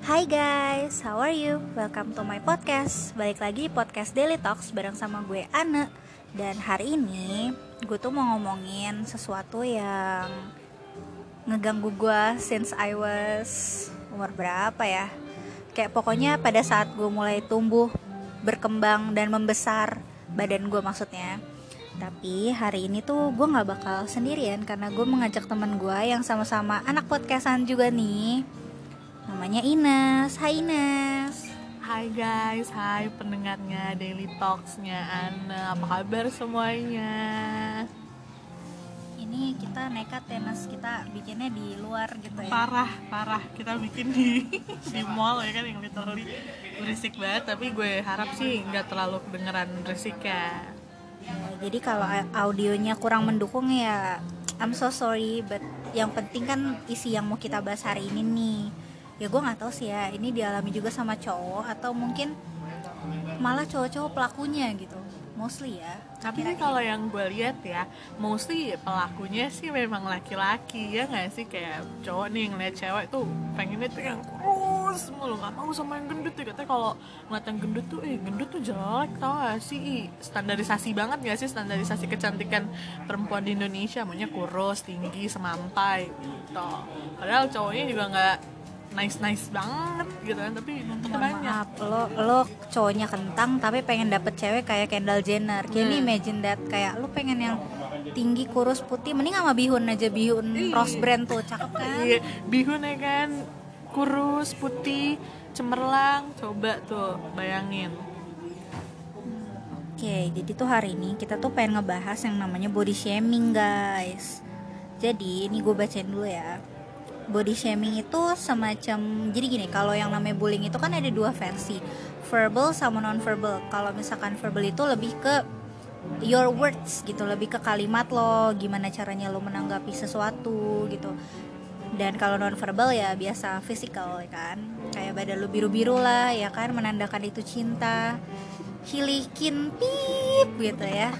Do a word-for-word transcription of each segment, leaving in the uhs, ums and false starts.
Hai guys, how are you? Welcome to my podcast. Balik lagi di podcast Daily Talks bareng sama gue Ane. Dan hari ini gue tuh mau ngomongin sesuatu yang ngeganggu gue since I was umur berapa ya? Kayak pokoknya pada saat gue mulai tumbuh, berkembang dan membesar badan gue maksudnya. Tapi hari ini tuh gue gak bakal sendirian karena gue mengajak teman gue yang sama-sama anak podcastan juga nih. Namanya Ines. Hai Ines. Hai guys, hai pendengarnya Daily Talks-nya Ana. Apa kabar semuanya? Ini kita nekat ya Nes, kita bikinnya di luar gitu ya. Parah, parah. Kita bikin di di mall ya kan, yang literally berisik banget. Tapi gue harap sih nggak terlalu kedengeran berisik-nya. Ya, jadi kalau audionya kurang mendukung ya I'm so sorry, but yang penting kan isi yang mau kita bahas hari ini nih. Ya gue nggak tahu sih ya, ini dialami juga sama cowok atau mungkin malah cowok-cowok pelakunya gitu, mostly ya. Tapi sih kalau yang gue lihat ya, mostly pelakunya sih memang laki-laki ya nggak sih? Kayak cowok nih ngeliat cewek tuh pengennya tuh yang kurus mulu, nggak mau sama yang gendut tuh. Katanya kalau ngeliat yang gendut tuh, eh gendut tuh jelek, tau gak sih? Ih, standarisasi banget nggak sih standarisasi kecantikan perempuan di Indonesia? Maunya kurus, tinggi, semampai gitu. Padahal cowoknya juga nggak nice-nice banget gitu kan, tapi nuntutnya Mohon banyak. maaf, lo lo cowoknya kentang tapi pengen dapet cewek kayak Kendall Jenner. Can you Hmm. imagine that? Kayak lo pengen yang tinggi, kurus, putih, mending sama Bihun aja, Bihun Ih. Rose Brand tuh, cakep kan? Iya, bihun ya kan, kurus, putih, cemerlang, coba tuh bayangin. Oke, jadi tuh hari ini kita tuh pengen ngebahas yang namanya body shaming guys. Jadi ini gue bacain dulu ya. Body shaming itu semacam, jadi gini, kalau yang namanya bullying itu kan ada dua versi, verbal sama non verbal. Kalau misalkan verbal itu lebih ke your words gitu, lebih ke kalimat lo, gimana caranya lo menanggapi sesuatu gitu. Dan kalau non verbal ya biasa physical ya kan, kayak badan lo biru-biru lah ya kan, menandakan itu cinta, hilikin pip gitu ya.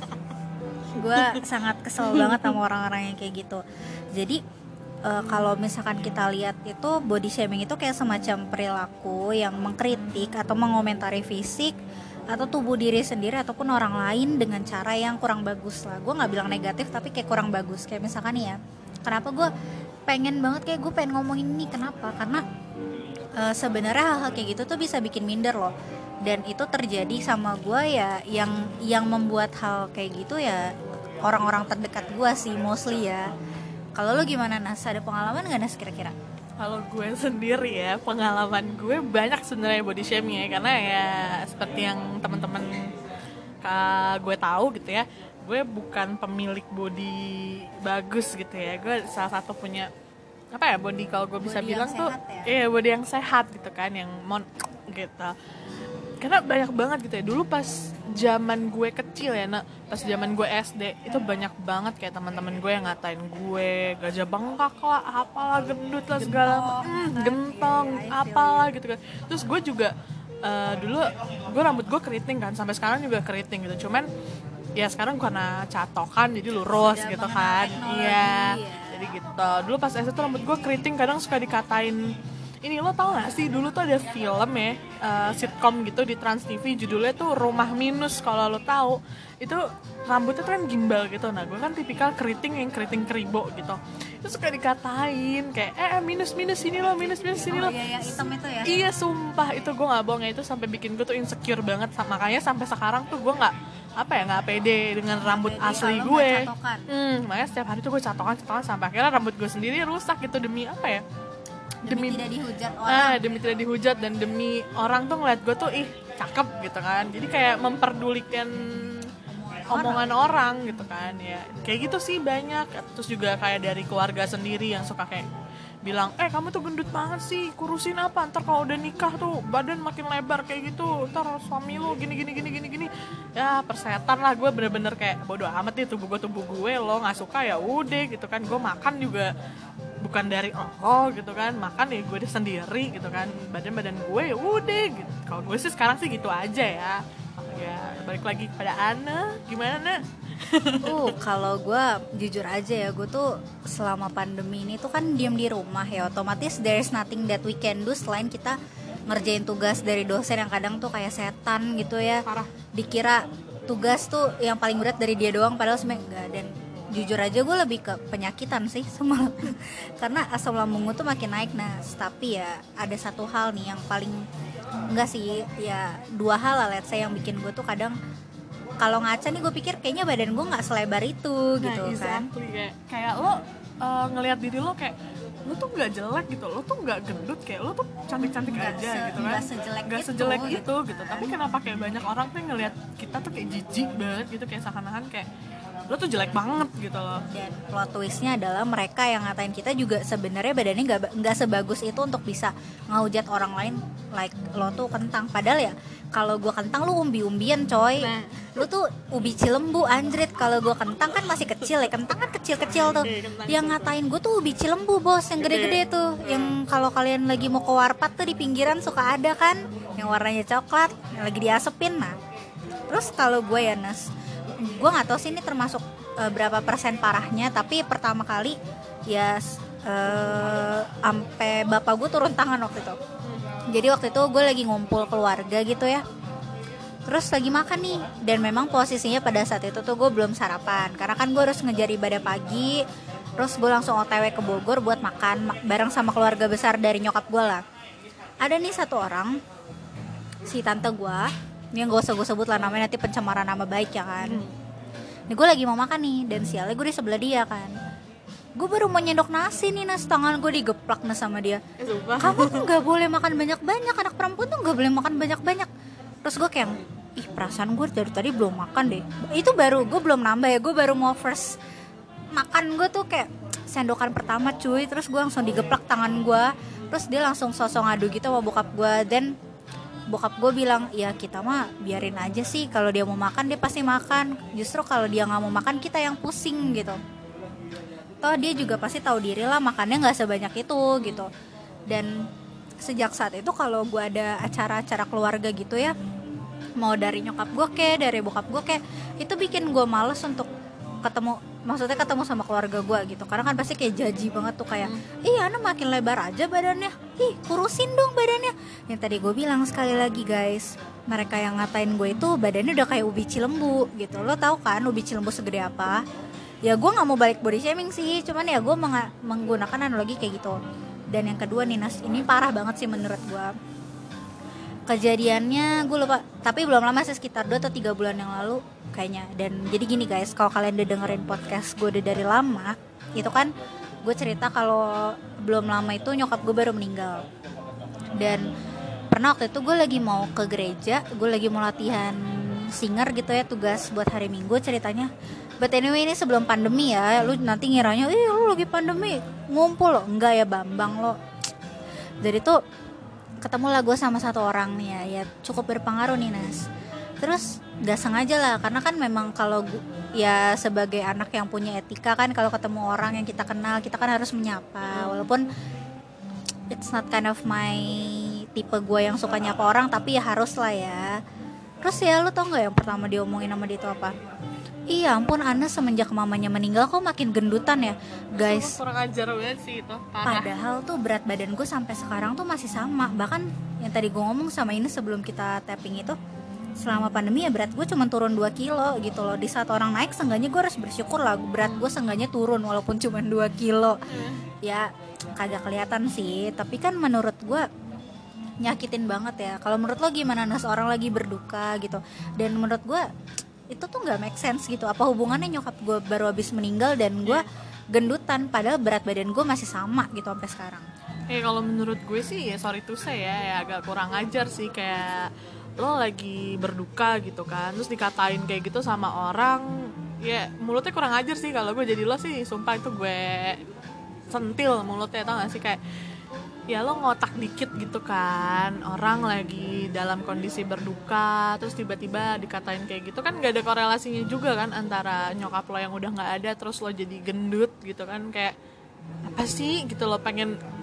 Gue sangat kesel banget sama orang-orang yang kayak gitu. Jadi Uh, kalau misalkan kita lihat itu body shaming itu kayak semacam perilaku yang mengkritik atau mengomentari fisik atau tubuh diri sendiri ataupun orang lain dengan cara yang kurang bagus lah. Gue nggak bilang negatif tapi kayak kurang bagus. Kayak misalkan nih ya, kenapa gue pengen banget kayak gue pengen ngomongin ini, kenapa? Karena uh, sebenarnya hal-hal kayak gitu tuh bisa bikin minder loh. Dan itu terjadi sama gue ya, yang yang membuat hal kayak gitu ya orang-orang terdekat gue sih mostly ya. Kalau lo gimana Nas? Ada pengalaman nggak Nas kira-kira? Kalau gue sendiri ya, pengalaman gue banyak sebenarnya body shaming ya, karena ya seperti yang teman-teman uh, gue tahu gitu ya, gue bukan pemilik body bagus gitu ya. Gue salah satu punya apa ya, body kalau gue bisa Body bilang yang tuh sehat ya? iya, body yang sehat gitu kan, yang mon gitu. Karena banyak banget gitu ya, dulu pas zaman gue kecil ya, nah, pas zaman gue S D itu banyak banget kayak teman-teman gue yang ngatain gue gajah bengkak lah, apalah, gendut lah, segala hmm, gentong, apalah gitu kan. Terus gue juga uh, dulu gue rambut gue keriting kan, sampai sekarang juga keriting gitu. Cuman ya sekarang karena catokan jadi lurus Udah gitu mengenal kan. teknologi, Iya. ya. Jadi gitu. Dulu pas S D tuh rambut gue keriting, kadang suka dikatain. Ini lo tau gak sih, dulu tuh ada film ya, uh, sitcom gitu di Trans T V, judulnya tuh Rumah Minus, kalau lo tahu. Itu rambutnya tuh kan gimbal gitu. Nah gue kan tipikal keriting yang keriting keribo gitu. Itu suka dikatain kayak eh minus minus ini lo, minus minus ini Oh lo. iya, yang hitam itu ya? Iya sumpah, itu gue gak bohong ya, itu sampai bikin gue tuh insecure banget. Makanya sampai sekarang tuh gue gak apa ya, nggak pede dengan rambut Jadi asli kalau gue. nggak catokan. Hmm, makanya setiap hari tuh gue catokan catokan sampai akhirnya rambut gue sendiri rusak gitu, demi apa ya? Demi, demi tidak dihujat orang. Ah, demi tidak dihujat dan demi orang tuh ngeliat gue tuh ih cakep gitu kan. Jadi kayak memperdulikan omongan orang gitu kan ya. Kayak gitu sih banyak. Terus juga kayak dari keluarga sendiri yang suka kayak bilang, eh kamu tuh gendut banget sih, kurusin apa, ntar kalau udah nikah tuh badan makin lebar kayak gitu, ntar suami lu gini gini gini gini gini. Ya persetan lah, gue bener-bener kayak bodo amat nih, tubuh gue tubuh gue, lo nggak suka ya udah gitu kan. Gue makan juga bukan dari oh gitu kan, makan ya gue sendiri gitu kan, badan badan gue ya udah gitu. Kalau gue sih sekarang sih gitu aja ya. Ya balik lagi pada Ana, gimana Ana? Uh, kalau gue jujur aja ya, gue tuh selama pandemi ini tuh kan diem di rumah ya, otomatis there is nothing that we can do selain kita ngerjain tugas dari dosen yang kadang tuh kayak setan gitu ya. Parah. Dikira tugas tuh yang paling berat dari dia doang, padahal sebenarnya enggak. Dan jujur aja gue lebih ke penyakitan sih sama karena asam lambung gue tuh makin naik. Nah tapi ya ada satu hal nih yang paling enggak sih, ya dua hal lah let's say yang bikin gue tuh kadang kalau ngaca nih gue pikir kayaknya badan gue nggak selebar itu Nah, gitu kan. exactly. kayak kayak lo uh, ngelihat diri lo kayak lo tuh nggak jelek gitu, lo tuh nggak gendut, kayak lo tuh cantik-cantik Nggak aja se- gitu kan, nggak sejelek nggak itu, sejelek itu, gitu gitu, kan. tapi kenapa kayak banyak orang tuh ngelihat kita tuh kayak jijik banget gitu, kayak seakan-akan kayak lo tuh jelek banget gitu loh. Dan plot twistnya adalah mereka yang ngatain kita juga sebenarnya badannya nggak nggak sebagus itu untuk bisa ngaujat orang lain like lo tuh kentang, padahal ya kalau gue kentang lu umbi-umbian coy. Nah. Lu tuh ubi cilembu anjrit, kalau gue kentang kan masih kecil ya, kentang kan kecil-kecil tuh. Gede, kentang Yang tuh. ngatain gue tuh ubi cilembu bos, yang gede-gede tuh, yang kalau kalian lagi mau ke warpat tuh di pinggiran suka ada kan, yang warnanya coklat, yang lagi diasepin. Nah terus kalau gue ya Nas, gue nggak tahu sih ini termasuk uh, berapa persen parahnya, tapi pertama kali ya sampai uh, bapak gue turun tangan waktu itu. Jadi waktu itu gue lagi ngumpul keluarga gitu ya, terus lagi makan nih, dan memang posisinya pada saat itu tuh gue belum sarapan karena kan gue harus ngejar ibadah pagi. Terus gue langsung O T W ke Bogor buat makan bareng sama keluarga besar dari nyokap gue lah. Ada nih satu orang, si tante gue, yang gak usah gue sebut lah namanya, nanti pencemaran nama baik ya kan. hmm. Nih gue lagi mau makan nih, dan sialnya gue di sebelah dia kan. Gue baru mau nyendok nasi nih Nas, tangan gue digeplak Nas sama dia. Eh, sumpah. Kamu tuh gak boleh makan banyak-banyak, anak perempuan tuh gak boleh makan banyak-banyak. Terus gue kayak, ih perasaan gue dari tadi belum makan deh. Itu baru, gue belum nambah ya, gue baru mau first makan. Gue tuh kayak sendokan pertama cuy, terus gue langsung digeplak tangan gue. Terus dia langsung sosok ngadu gitu sama bokap gue. Dan bokap gue bilang, ya kita mah biarin aja sih, kalau dia mau makan dia pasti makan. Justru kalau dia gak mau makan kita yang pusing gitu. Toh dia juga pasti tahu diri lah, makannya nggak sebanyak itu gitu. Dan sejak saat itu kalau gue ada acara-acara keluarga gitu ya, mau dari nyokap gue ke, dari bokap gue ke, itu bikin gue males untuk ketemu, maksudnya ketemu sama keluarga gue gitu, karena kan pasti kayak jaji banget tuh, kayak ih Ana makin lebar aja badannya, ih kurusin dong badannya. Yang tadi gue bilang sekali lagi guys, mereka yang ngatain gue itu badannya udah kayak ubi cilembu gitu. Lo tahu kan ubi cilembu segede apa? Ya gue nggak mau balik body shaming sih, cuman ya gue meng- menggunakan analogi kayak gitu. Dan yang kedua nih Nas, ini parah banget sih menurut gue. Kejadiannya gue lupa, tapi belum lama sih, sekitar dua atau tiga bulan yang lalu kayaknya. Dan jadi gini guys, kalau kalian udah dengerin podcast gue udah dari lama, itu kan gue cerita kalau belum lama itu nyokap gue baru meninggal. Dan pernah waktu itu gue lagi mau ke gereja, gue lagi mau latihan singer gitu ya, tugas buat hari Minggu ceritanya. But anyway ini sebelum pandemi ya, lu nanti ngiranya, ih lu lagi pandemi ngumpul lo, enggak ya Bambang lo. Jadi tuh ketemulah gue sama satu orang nih ya, ya cukup berpengaruh nih Nas. Terus gak sengaja lah, karena kan memang kalau ya sebagai anak yang punya etika kan, kalau ketemu orang yang kita kenal kita kan harus menyapa, walaupun it's not kind of my tipe gue yang suka nyapa orang, tapi ya harus lah ya. Terus ya lu tau gak yang pertama dia omongin sama dia itu apa? Iya ampun Ana semenjak mamanya meninggal kok makin gendutan ya guys. Kurang ajar banget sih itu, parah. Padahal tuh berat badan gue sampai sekarang tuh masih sama. Bahkan yang tadi gue ngomong sama ini sebelum kita tapping itu, selama pandemi ya berat gue cuma turun dua kilo gitu loh. Di saat orang naik seenggaknya gue harus bersyukur lah, berat gue seenggaknya turun walaupun cuma dua kilo. hmm. Ya kagak kelihatan sih, tapi kan menurut gue nyakitin banget ya. Kalau menurut lo gimana Nas, orang lagi berduka gitu, dan menurut gue itu tuh nggak make sense gitu. Apa hubungannya nyokap gue baru habis meninggal dan gue gendutan, padahal berat badan gue masih sama gitu sampai sekarang. Eh kalau menurut gue sih ya sorry to say ya, ya agak kurang ajar sih, kayak lo lagi berduka gitu kan, terus dikatain kayak gitu sama orang, ya mulutnya kurang ajar sih. Kalau gue jadi lo sih sumpah itu gue sentil mulutnya, tau gak sih, kayak ya lo ngotak dikit gitu kan, orang lagi dalam kondisi berduka terus tiba-tiba dikatain kayak gitu kan, gak ada korelasinya juga kan antara nyokap lo yang udah gak ada terus lo jadi gendut gitu kan. Kayak apa sih gitu, lo pengen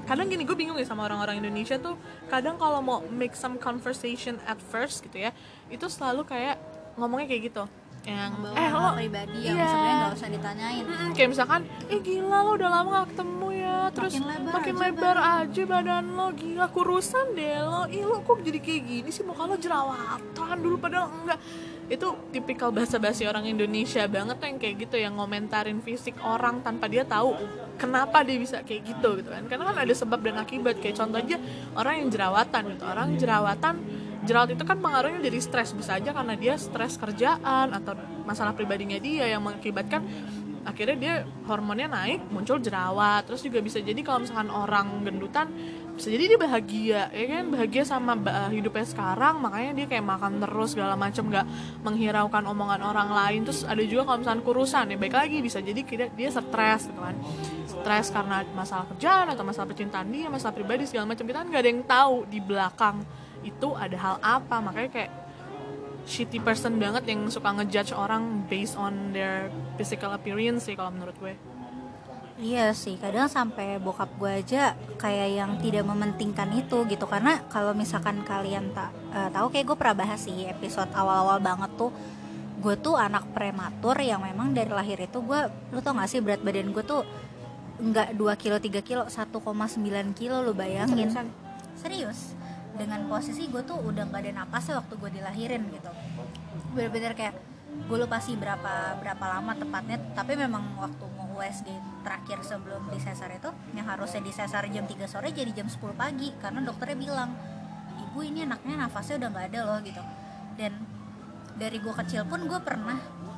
kadang gini, gue bingung ya sama orang-orang Indonesia tuh, kadang kalau mau make some conversation at first gitu ya, itu selalu kayak ngomongnya kayak gitu, yang Bawa eh hal lo pribadi yang iya. sebenarnya nggak usah ditanyain. Mm-mm, kayak misalkan, eh gila lo udah lama gak ketemu ya, terus Makin lebar makin aja lebar badan. aja badan lo, gila kurusan deh lo, ih lo kok jadi kayak gini sih, muka lo jerawatan dulu padahal enggak. Itu tipikal basa-basi orang Indonesia banget tuh yang kayak gitu, yang ngomentarin fisik orang tanpa dia tahu kenapa dia bisa kayak gitu gitu kan, karena kan ada sebab dan akibat. Kayak contoh aja orang yang jerawatan gitu, orang jerawatan jerawat itu kan pengaruhnya dari stres, bisa aja karena dia stres kerjaan atau masalah pribadinya dia yang mengakibatkan akhirnya dia hormonnya naik, muncul jerawat. Terus juga bisa jadi kalau misalkan orang gendutan, bisa jadi dia bahagia ya kan, bahagia sama hidupnya sekarang, makanya dia kayak makan terus segala macam, nggak menghiraukan omongan orang lain. Terus ada juga kalau misalkan kurusan ya, baik lagi bisa jadi dia stres gitu kan, stres karena masalah kerjaan atau masalah percintaan dia, masalah pribadi segala macam. Kita kan nggak ada yang tahu di belakang itu ada hal apa, makanya kayak shitty person banget yang suka ngejudge orang based on their physical appearance sih kalau menurut gue. Iya sih, kadang sampai bokap gue aja kayak yang tidak mementingkan itu gitu. Karena kalau misalkan kalian tak uh, tahu, kayak gue pernah bahas sih episode awal-awal banget tuh, gue tuh anak prematur yang memang dari lahir itu gue, lu tau gak sih berat badan gue tuh nggak dua kilo tiga kilo, satu koma sembilan kilo, lu bayangin. Seriusan? Serius, dengan posisi gue tuh udah nggak ada napasnya waktu gue dilahirin gitu, bener-bener kayak gue lupa sih berapa berapa lama tepatnya, tapi memang waktu mau U S G terakhir sebelum disesar itu, yang harusnya disesar jam tiga sore jadi jam sepuluh pagi, karena dokternya bilang, ibu ini anaknya nafasnya udah nggak ada loh gitu. Dan dari gue kecil pun gue pernah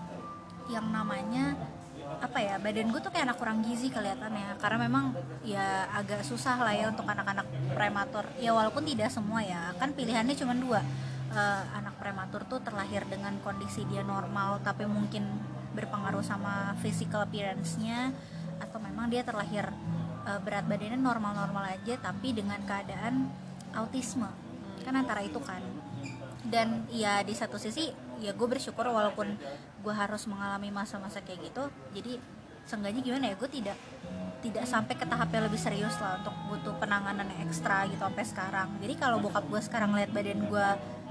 yang namanya apa ya, badan gue tuh kayak anak kurang gizi kelihatannya, karena memang ya agak susah lah ya untuk anak-anak prematur ya, walaupun tidak semua ya, kan pilihannya cuma dua. Uh, anak prematur tuh terlahir dengan kondisi dia normal tapi mungkin berpengaruh sama physical appearance-nya, atau memang dia terlahir uh, berat badannya normal-normal aja tapi dengan keadaan autisme, kan antara itu kan. Dan ya di satu sisi ya gue bersyukur walaupun gue harus mengalami masa-masa kayak gitu, jadi seenggaknya gimana ya, gue tidak tidak sampai ke tahap yang lebih serius lah untuk butuh penanganan yang ekstra gitu sampai sekarang. Jadi kalau bokap gue sekarang lihat badan gue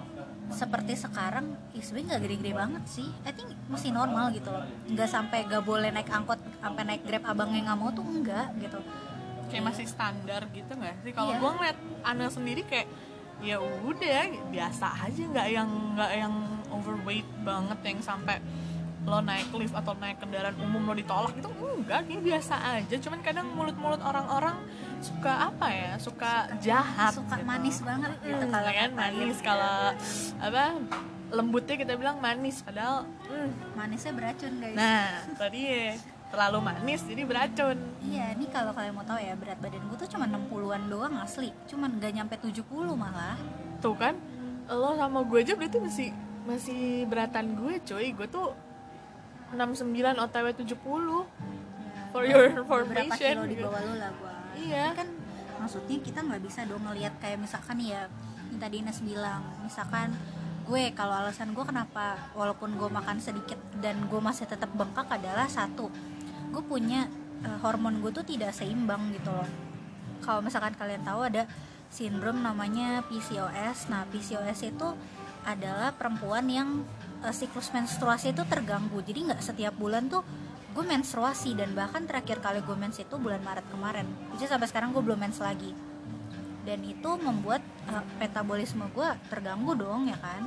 seperti sekarang, ya sebenarnya nggak gede-gede banget sih. I think masih normal gitu loh. Nggak sampai nggak boleh naik angkot, sampai naik Grab abangnya nggak mau tuh enggak gitu. Kayak masih standar gitu nggak sih? Kalau Iya. gue ngeliat anak sendiri kayak ya udah biasa aja, nggak yang nggak yang overweight banget yang sampai lo naik lift atau naik kendaraan umum lo ditolak gitu, enggak, kayak biasa aja. Cuman kadang mulut-mulut orang-orang suka apa ya, suka, suka jahat, suka gitu. manis banget gitu hmm, kalau kan manis, kalau apa lembutnya kita bilang manis, padahal hmm. manisnya beracun guys. Nah tadi ya terlalu manis jadi beracun. Iya, nih kalau kalian mau tahu ya, berat badan gue tuh cuma enam puluhan doang asli, cuman gak nyampe tujuh puluh malah. Tuh kan, lo sama gue aja berarti masih masih beratan gue coy. Gue tuh enam puluh sembilan O T W tujuh puluh ya, for your information. Berapa kilo di bawah lo lah gue. Iya. Tapi kan maksudnya kita nggak bisa dong ngelihat kayak misalkan ya, yang tadi Ines bilang, misalkan gue, kalau alasan gue kenapa walaupun gue makan sedikit dan gue masih tetap bengkak adalah satu, gue punya uh, hormon gue tuh tidak seimbang gitu loh. Kalau misalkan kalian tahu ada sindrom namanya P C O S. Nah, P C O S itu adalah perempuan yang uh, siklus menstruasi itu terganggu. Jadi nggak setiap bulan tuh gue menstruasi, dan bahkan terakhir kali gue mens itu bulan Maret kemarin. Jadi sampai sekarang gue belum mens lagi. Dan itu membuat uh, metabolisme gue terganggu dong ya kan.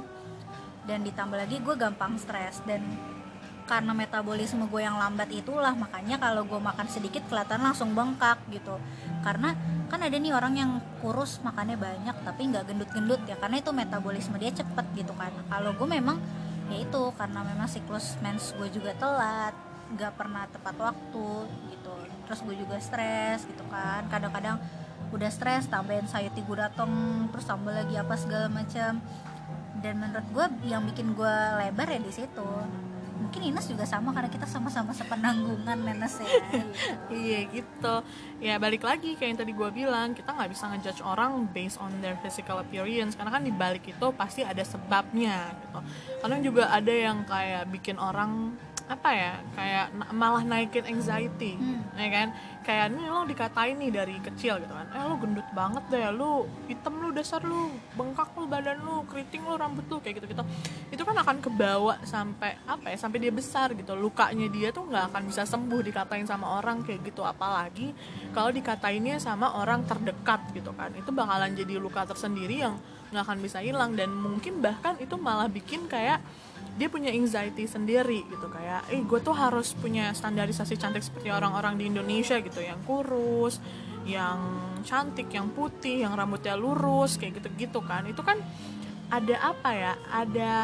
Dan ditambah lagi gue gampang stres, dan karena metabolisme gue yang lambat itulah makanya kalau gue makan sedikit kelihatan langsung bengkak gitu. Karena kan ada nih orang yang kurus makannya banyak tapi nggak gendut-gendut ya, karena itu metabolisme dia cepet gitu kan. Kalau gue memang ya itu karena memang siklus mens gue juga telat, nggak pernah tepat waktu gitu. Terus gue juga stres gitu kan, kadang-kadang udah stres tambahin sayuti gue dateng, terus tambah lagi apa segala macam. Dan menurut gue yang bikin gue lebar ya di situ. Mungkin Ines juga sama karena kita sama-sama sepenanggungan Ines ya gitu. Iya gitu ya, balik lagi kayak yang tadi gue bilang, kita nggak bisa ngejudge orang based on their physical appearance, karena kan di balik itu pasti ada sebabnya gitu. Karena juga ada yang kayak bikin orang apa ya, kayak na- malah naikin anxiety, Hmm. ya kan? Kayak nih lo dikatain nih dari kecil gitu kan, eh lo gendut banget deh, lo hitam, lo dasar, lo bengkak, lo badan lo keriting, lo rambut lo kayak gitu gitu. Itu kan akan kebawa sampai apa ya, sampai dia besar gitu. Lukanya dia tuh nggak akan bisa sembuh dikatain sama orang kayak gitu, apalagi kalau dikatainnya sama orang terdekat gitu kan. Itu bakalan jadi luka tersendiri yang nggak akan bisa hilang, dan mungkin bahkan itu malah bikin kayak dia punya anxiety sendiri gitu, kayak eh gue tuh harus punya standarisasi cantik seperti orang-orang di Indonesia gitu, yang kurus, yang cantik, yang putih, yang rambutnya lurus kayak gitu-gitu kan. Itu kan ada apa ya, ada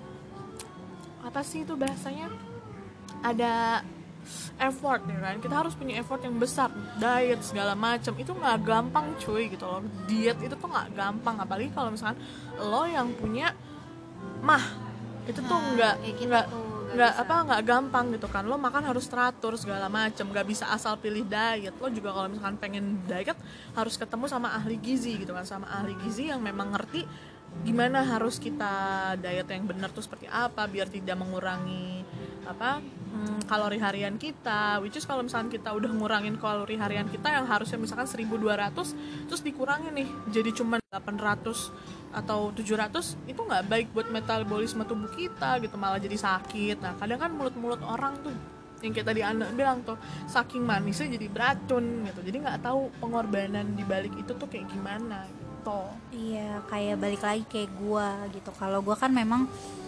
apa sih itu bahasanya, ada effort ya kan, kita harus punya effort yang besar, diet segala macam itu nggak gampang cuy gitu loh. Diet itu tuh nggak gampang, apalagi kalau misalkan lo yang punya mah, itu tuh Nah, nggak kayak gitu nggak tuh, nggak nggak bisa. apa nggak gampang gitu kan. Lo makan harus teratur segala macem, nggak bisa asal pilih diet. Lo juga kalau misalkan pengen diet harus ketemu sama ahli gizi gitu kan, sama ahli gizi yang memang ngerti gimana harus kita diet yang benar tuh seperti apa biar tidak mengurangi apa hmm, kalori harian kita. Which is kalau misalkan kita udah ngurangin kalori harian kita yang harusnya misalkan seribu dua ratus terus dikurangin nih jadi cuma delapan ratus atau tujuh ratus, itu nggak baik buat metabolisme tubuh kita gitu, malah jadi sakit. Nah kadang kan mulut-mulut orang tuh yang kayak tadi Anda bilang tuh, saking manisnya jadi beracun gitu, jadi nggak tahu pengorbanan di balik itu tuh kayak gimana gitu. Iya, kayak balik lagi kayak gua gitu. Kalau gua kan memang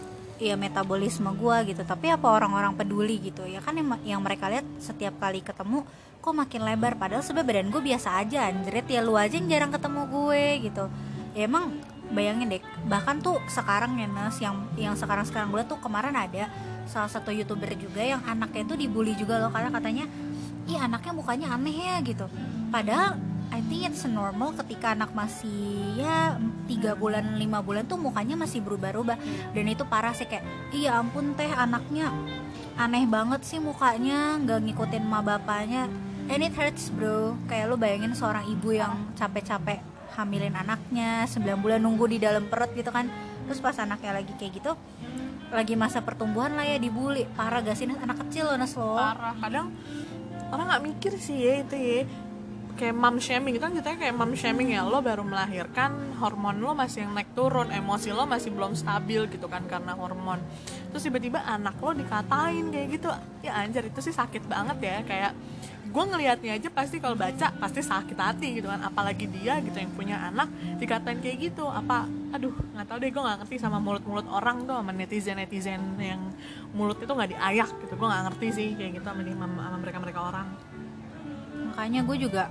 ya metabolisme gua gitu, tapi apa orang-orang peduli gitu ya kan, yang, yang mereka lihat setiap kali ketemu kok makin lebar, padahal sebenarnya badan gue biasa aja anjrit, ya lu aja yang jarang ketemu gue gitu. Ya emang bayangin deh, bahkan tuh sekarang ya Nes, yang yang sekarang-sekarang gue tuh kemarin ada salah satu youtuber juga yang anaknya itu dibully juga loh, karena katanya ih anaknya mukanya aneh ya gitu. Padahal I think it's normal ketika anak masih ya tiga bulan lima bulan tuh mukanya masih berubah-ubah. Dan itu parah sih, kayak iya ampun teh anaknya aneh banget sih mukanya, nggak ngikutin ma bapaknya, and it hurts bro. Kayak lo bayangin seorang ibu yang capek-capek hamilin anaknya sembilan bulan nunggu di dalam perut gitu kan, terus pas anaknya lagi kayak gitu, lagi masa pertumbuhan lah ya, dibully. Parah gak sih Nes? Anak kecil loh Nes lo. Parah, kadang orang nggak mikir sih ya itu ya, kayak mom shaming itu kan ceritanya kayak mom shaming ya. Lo baru melahirkan, hormon lo masih yang naik turun, emosi lo masih belum stabil gitu kan karena hormon, terus tiba-tiba anak lo dikatain kayak gitu. Ya anjir, itu sih sakit banget ya. Kayak gue ngelihatnya aja pasti kalau baca pasti sakit hati gitu kan, apalagi dia gitu yang punya anak dikatain kayak gitu. Apa aduh nggak tahu deh, gue nggak ngerti sama mulut-mulut orang tuh, sama netizen netizen yang mulut itu nggak diayak gitu. Gue nggak ngerti sih kayak gitu sama, sama mereka mereka orang. Makanya gue juga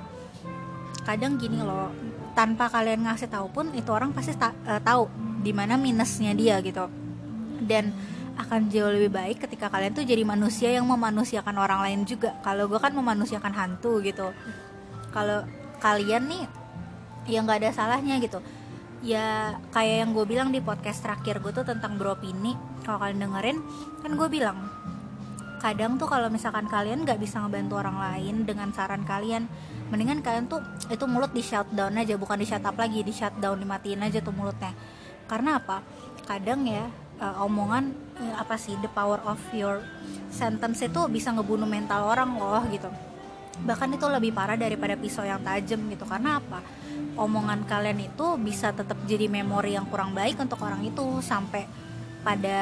kadang gini loh, tanpa kalian ngasih tahu pun itu orang pasti ta- uh, tahu di mana minusnya dia gitu. Dan akan jauh lebih baik ketika kalian tuh jadi manusia yang memanusiakan orang lain juga. Kalau gue kan memanusiakan hantu gitu. Kalau kalian nih ya nggak ada salahnya gitu. Ya kayak yang gue bilang di podcast terakhir gue tuh tentang beropini, kalau kalian dengerin kan gue bilang kadang tuh kalau misalkan kalian nggak bisa ngebantu orang lain dengan saran kalian, mendingan kalian tuh itu mulut di shutdown aja, bukan di shut up lagi, di shutdown, dimatiin aja tuh mulutnya. Karena apa? Kadang ya uh, omongan uh, apa sih, the power of your sentence itu bisa ngebunuh mental orang loh gitu. Bahkan itu lebih parah daripada pisau yang tajam gitu. Karena apa? Omongan kalian itu bisa tetap jadi memori yang kurang baik untuk orang itu sampai pada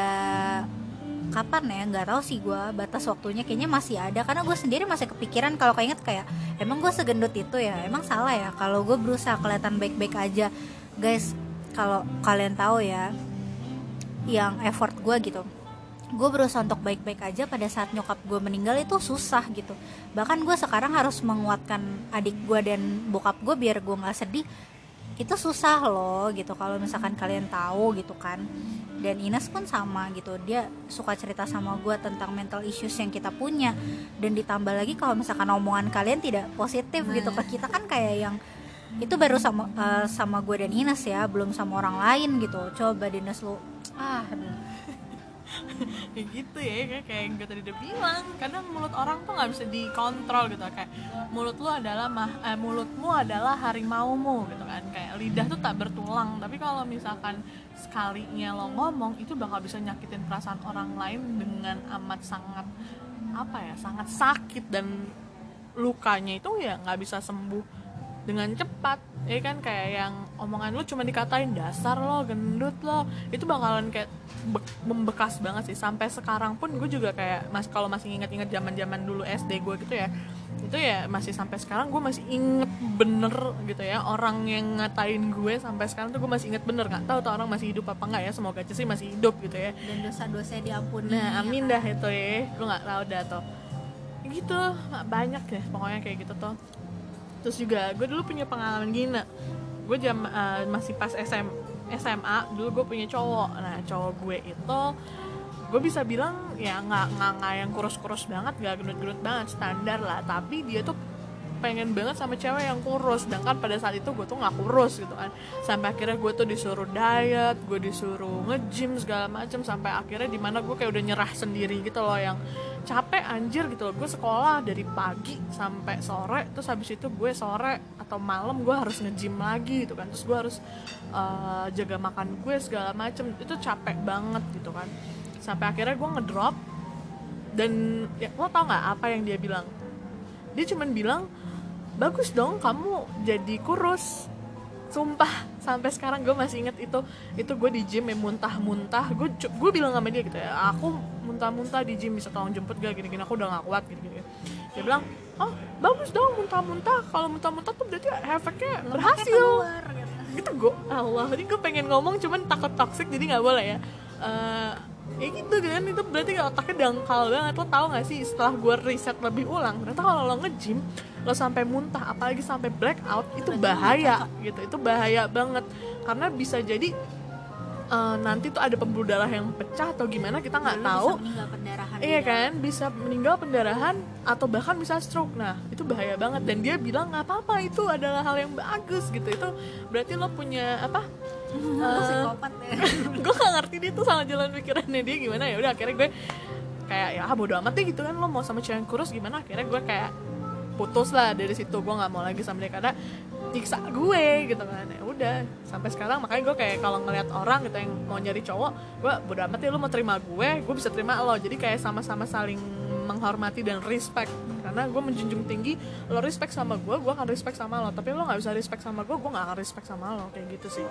kapan ya, nggak tahu sih gue batas waktunya, kayaknya masih ada. Karena gue sendiri masih kepikiran kalau keinget kayak emang gue segendut itu ya, emang salah ya kalau gue berusaha kelihatan baik-baik aja. Guys, kalau kalian tahu ya yang effort gue gitu, gue berusaha untuk baik-baik aja pada saat nyokap gue meninggal itu susah gitu. Bahkan gue sekarang harus menguatkan adik gue dan bokap gue biar gue nggak sedih, itu susah loh gitu kalau misalkan kalian tahu gitu kan. Dan Ines pun sama gitu, dia suka cerita sama gue tentang mental issues yang kita punya. Dan ditambah lagi kalau misalkan omongan kalian tidak positif gitu ke kita kan, kayak yang itu baru sama uh, sama gue dan Ines ya, belum sama orang lain gitu. Coba Ines lu ah aduh. Kayak gitu ya, kayak kayak gue tadi udah bilang, kadang mulut orang tuh nggak bisa dikontrol gitu, kayak mulut lu adalah mah eh, mulutmu adalah harimaumu gitu kan, kayak lidah tuh tak bertulang, tapi kalau misalkan sekalinya lo ngomong itu bakal bisa nyakitin perasaan orang lain dengan amat sangat apa ya, sangat sakit, dan lukanya itu ya nggak bisa sembuh dengan cepat ya kan. Kayak yang omongan lu cuma dikatain dasar lo, gendut lo, itu bakalan kayak be- membekas banget sih. Sampai sekarang pun gue juga kayak mas kalau masih ingat-ingat zaman-zaman dulu S D gue gitu ya, itu ya masih sampai sekarang gue masih inget bener gitu ya, orang yang ngatain gue sampai sekarang tuh gue masih inget bener. Nggak tahu tuh orang masih hidup apa enggak ya, semoga aja sih masih hidup gitu ya, Dan dosa-dosanya diampuni. nah amin ya dah itu ya, gue nggak tahu dah tuh gitu. Banyak deh pokoknya kayak gitu tuh. Terus juga gue dulu punya pengalaman gini, gue jam uh, masih pas S M S M A dulu gue punya cowok. Nah cowok gue itu gue bisa bilang ya nggak nggak nggak yang kurus-kurus banget, nggak gendut-gendut banget, standar lah, tapi dia tuh pengen banget sama cewek yang kurus, sedangkan pada saat itu gue tuh nggak kurus gitu kan. Sampai akhirnya gue tuh disuruh diet, gue disuruh nge-gym segala macem, sampai akhirnya dimana gue kayak udah nyerah sendiri gitu loh, yang capek anjir gitu loh. Gue sekolah dari pagi sampai sore, terus habis itu gue sore atau malam gue harus nge-gym lagi gitu kan, terus gue harus uh, jaga makan gue segala macem, itu capek banget gitu kan. Sampai akhirnya gue ngedrop. Dan ya, lo tau nggak apa yang dia bilang? Dia cuman bilang, bagus dong kamu jadi kurus. Sumpah sampai sekarang gue masih inget itu. Itu gue di gym ya muntah-muntah. Gue gue bilang sama dia gitu ya, aku muntah-muntah di gym, bisa tolong jemput gak, gini-gini, aku udah gak kuat gini-gini. Dia bilang, oh bagus dong muntah-muntah, kalau muntah-muntah tuh berarti efeknya berhasil gitu. Gue Allah, jadi gue pengen ngomong cuman takut toxic jadi nggak boleh ya. Uh, ya gitu kan, itu berarti otaknya dangkal banget. Lo tau gak sih, setelah gue riset lebih ulang, ternyata kalau lo nge-gym lo sampai muntah, apalagi sampai blackout, itu bahaya gitu, itu bahaya banget. Karena bisa jadi uh, nanti tuh ada pembuluh darah yang pecah atau gimana, kita nggak tahu. Iya kan, bisa meninggal pendarahan atau bahkan bisa stroke. Nah itu bahaya banget. Dan dia bilang nggak apa-apa, itu adalah hal yang bagus gitu. Itu berarti lo punya apa? Uh, psikopat ya. Gue gak ngerti dia tuh sama jalan pikirannya dia gimana. Ya udah akhirnya gue kayak ya bodo amat deh gitu kan, lo mau sama cewek yang kurus gimana. Akhirnya gue kayak putus lah dari situ, gue nggak mau lagi sama dia karena nyiksa gue gitu kan. Ya udah sampai sekarang, makanya gue kayak kalau ngeliat orang gitu yang mau nyari cowok, gue bodo amat ya, lo mau terima gue, gue bisa terima lo. Jadi kayak sama-sama saling menghormati dan respect. Karena gue menjunjung tinggi, lo respect sama gue, gue akan respect sama lo. Tapi lo nggak bisa respect sama gue, gue nggak akan respect sama lo, kayak gitu sih.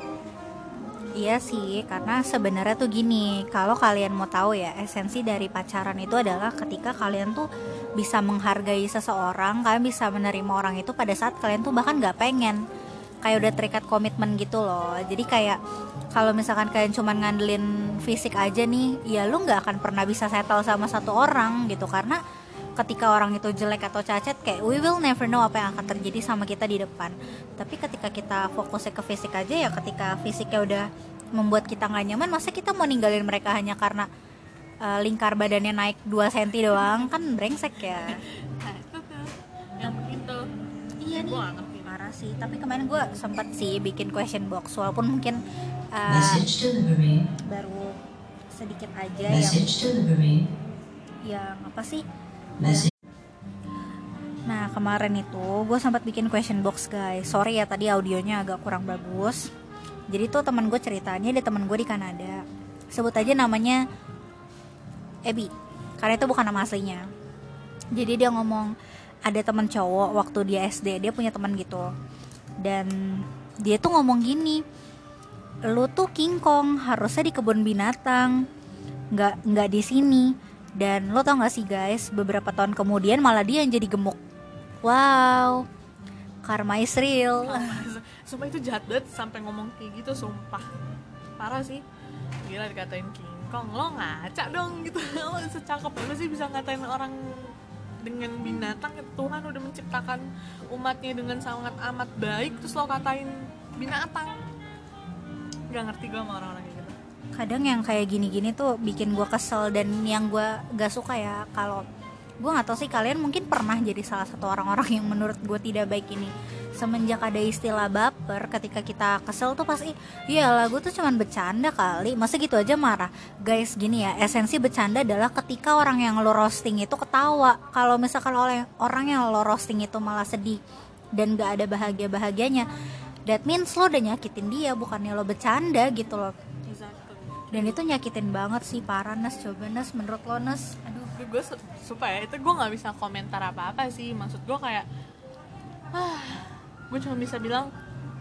Iya sih, karena sebenarnya tuh gini, kalau kalian mau tahu ya, esensi dari pacaran itu adalah ketika kalian tuh bisa menghargai seseorang, kalian bisa menerima orang itu pada saat kalian tuh bahkan nggak pengen, kayak udah terikat komitmen gitu loh. Jadi kayak kalau misalkan kalian cuma ngandelin fisik aja nih, ya lu nggak akan pernah bisa settle sama satu orang gitu. Karena ketika orang itu jelek atau cacat, kayak we will never know apa yang akan terjadi sama kita di depan. Tapi ketika kita fokusnya ke fisik aja, ya ketika fisiknya udah membuat kita nggak nyaman, masa kita mau ninggalin mereka hanya karena uh, lingkar badannya naik dua sentimeter doang, kan brengsek ya. Nah itu tuh yang begitu. Iya nih, parah sih. Tapi kemarin gue sempat sih bikin question box, walaupun mungkin uh, baru sedikit aja yang yang apa sih. Nah kemarin itu gue sempat bikin question box guys. Sorry ya tadi audionya agak kurang bagus. Jadi tuh teman gue ceritanya, dia teman gue di Kanada. Sebut aja namanya Ebi, karena itu bukan nama aslinya. Jadi dia ngomong ada teman cowok waktu dia S D, dia punya teman gitu. Dan dia tuh ngomong gini, lu tuh King Kong, harusnya di kebun binatang, nggak nggak di sini. Dan lo tau gak sih guys, beberapa tahun kemudian malah dia yang jadi gemuk. Wow, karma is real. Sumpah itu jahat banget sampai ngomong kayak gitu, sumpah parah sih. Gila dikatain King Kong, lo ngaca dong gitu. Lo secakep apa sih bisa ngatain orang dengan binatang? Tuhan udah menciptakan umatnya dengan sangat amat baik, terus lo katain binatang. Gak ngerti gue sama orang-orang kayak gitu. Kadang yang kayak gini-gini tuh bikin gue kesel. Dan yang gue gak suka ya, kalau gue gak tahu sih kalian mungkin pernah jadi salah satu orang-orang yang menurut gue tidak baik ini. semenjak ada istilah baper, ketika kita kesel tuh pasti iyalah gue tuh cuman bercanda kali, masa gitu aja marah. Guys gini ya, esensi bercanda adalah ketika orang yang lo roasting itu ketawa. Kalau misalkan oleh orang yang lo roasting itu malah sedih dan gak ada bahagia-bahagianya, that means lo udah nyakitin dia, bukannya lo bercanda gitu loh. Dan itu nyakitin banget sih, parah Nes. Coba Nes, menurut lo Nes? Aduh, gue su- supaya itu gue nggak bisa komentar apa-apa sih. Maksud gue kayak, ah, gue cuma bisa bilang,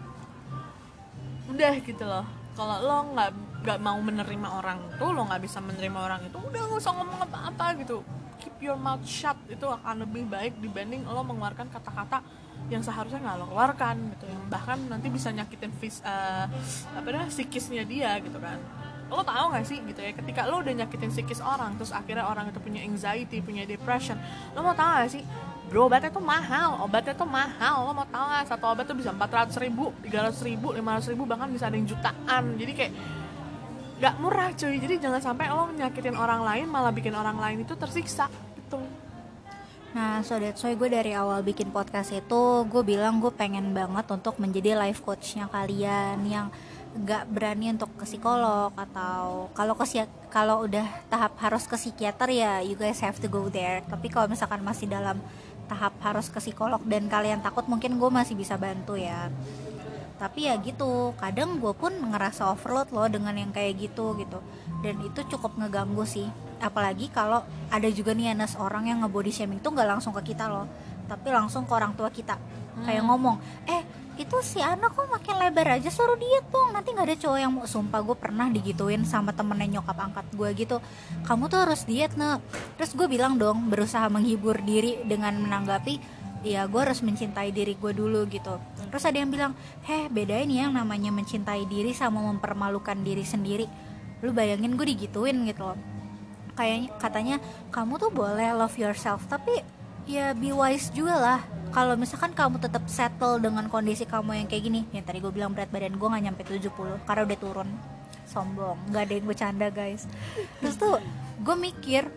udah gitu loh. Kalau lo nggak nggak mau menerima orang itu, lo nggak bisa menerima orang itu, udah nggak usah ngomong apa-apa gitu. Keep your mouth shut, itu akan lebih baik dibanding lo mengeluarkan kata-kata yang seharusnya nggak lo keluarkan gitu, yang bahkan nanti bisa nyakitin vis, uh, apa dah psikisnya dia gitu kan. Lo tau gak sih gitu ya, ketika lo udah nyakitin psikis orang, terus akhirnya orang itu punya anxiety, punya depression, lo mau tau gak sih, bro, obatnya tuh mahal, obatnya tuh mahal, lo mau tau gak, satu obat tuh bisa empat ratus ribu, tiga ratus ribu, lima ratus ribu, bahkan bisa ada yang jutaan. Jadi kayak gak murah cuy. Jadi jangan sampai lo nyakitin orang lain malah bikin orang lain itu tersiksa gitu. Nah, so that's why gue dari awal bikin podcast itu gue bilang gue pengen banget untuk menjadi life coachnya kalian yang gak berani untuk ke psikolog, atau kalau ke kalau udah tahap harus ke psikiater ya you guys have to go there. Tapi kalau misalkan masih dalam tahap harus ke psikolog dan kalian takut, mungkin gue masih bisa bantu ya. Tapi ya gitu, kadang gue pun ngerasa overload loh dengan yang kayak gitu gitu, dan itu cukup ngeganggu sih. Apalagi kalau ada juga nih Anas, orang yang nge-body shaming tuh gak langsung ke kita loh, tapi langsung ke orang tua kita. hmm. Kayak ngomong, eh itu si anak kok makin lebar aja, suruh diet dong, nanti gak ada cowok yang mau. Sumpah gue pernah digituin sama temennya nyokap angkat gue gitu, kamu tuh harus diet Nek. Terus gue bilang dong, berusaha menghibur diri dengan menanggapi, ya gue harus mencintai diri gue dulu gitu. Terus ada yang bilang, heh bedain ya yang namanya mencintai diri sama mempermalukan diri sendiri. Lu bayangin gue digituin gitu loh. Kayaknya katanya kamu tuh boleh love yourself, tapi ya be wise juga lah. Kalau misalkan kamu tetap settle dengan kondisi kamu yang kayak gini, yang tadi gue bilang berat badan gue gak nyampe tujuh puluh karena udah turun. Sombong, gak ada yang bercanda guys. Terus tuh gue mikir,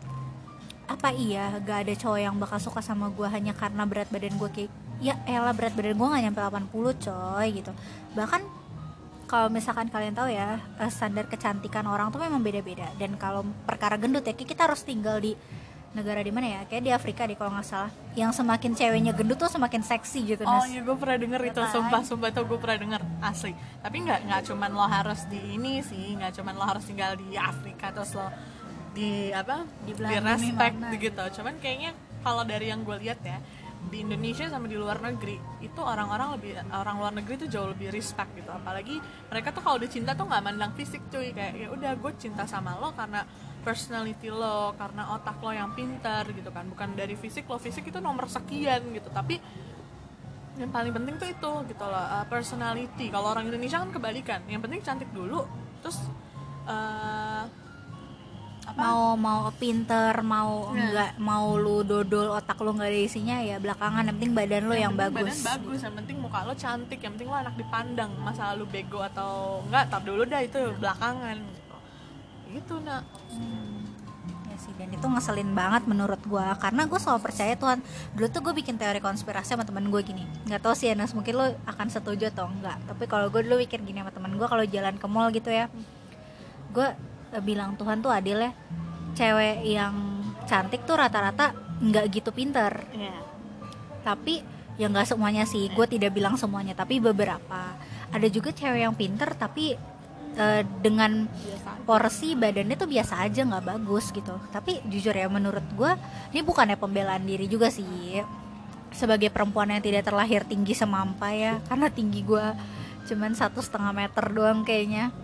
apa iya gak ada cowok yang bakal suka sama gue hanya karena berat badan gue kayak, ya elah berat badan gue gak nyampe delapan puluh coy gitu. Bahkan kalau misalkan kalian tahu ya, standar kecantikan orang tuh memang beda-beda. Dan kalau perkara gendut ya, kita harus tinggal di negara di mana ya, kayak di Afrika deh kalau nggak salah, yang semakin ceweknya gendut tuh semakin seksi gitu. Oh Nes. iya, gue pernah denger itu, sumpah sumpah tuh gue pernah denger asli. Tapi nggak nggak cuman lo harus di ini sih, nggak cuman lo harus tinggal di Afrika terus lo di apa Di di, belahan bumi respect mana. gitu. Cuman kayaknya kalau dari yang gue lihat ya, di Indonesia sama di luar negeri itu orang-orang lebih orang luar negeri tuh jauh lebih respect gitu. Apalagi mereka tuh kalau udah cinta tuh nggak mandang fisik cuy, kayak ya udah gue cinta sama lo karena personality lo, karena otak lo yang pintar gitu kan, bukan dari fisik lo. Fisik itu nomor sekian gitu, tapi yang paling penting tuh itu gitu loh, uh, personality. Kalau orang Indonesia kan kebalikan, yang penting cantik dulu, terus uh, apa? mau mau pinter, mau Nah. enggak, mau lu dodol otak lu nggak ada isinya ya belakangan, yang penting badan lu yang, yang penting bagus. badan bagus, yang penting muka lo cantik, yang penting lo enak dipandang. Masalah lu bego atau enggak, tar dulu dah, itu belakangan gitu. Gitu nak. Hmm. Ya sih, dan itu ngeselin banget menurut gue, karena gue selalu percaya Tuhan. Dulu tuh gue bikin teori konspirasi sama temen gue gini, nggak tahu sih Anas, mungkin lo akan setuju atau enggak, tapi kalau gue dulu mikir gini sama temen gue, kalau jalan ke mall gitu ya, gue eh, bilang Tuhan tuh adil ya, cewek yang cantik tuh rata-rata nggak gitu pinter. Iya. Tapi ya nggak semuanya sih, gue tidak bilang semuanya, tapi beberapa. Ada juga cewek yang pinter tapi uh, dengan Biasa. porsi badannya tuh biasa aja, nggak bagus gitu. Tapi jujur ya, menurut gue ini bukannya pembelaan diri juga sih, sebagai perempuan yang tidak terlahir tinggi semampai ya, karena tinggi gue cuman satu setengah meter doang kayaknya.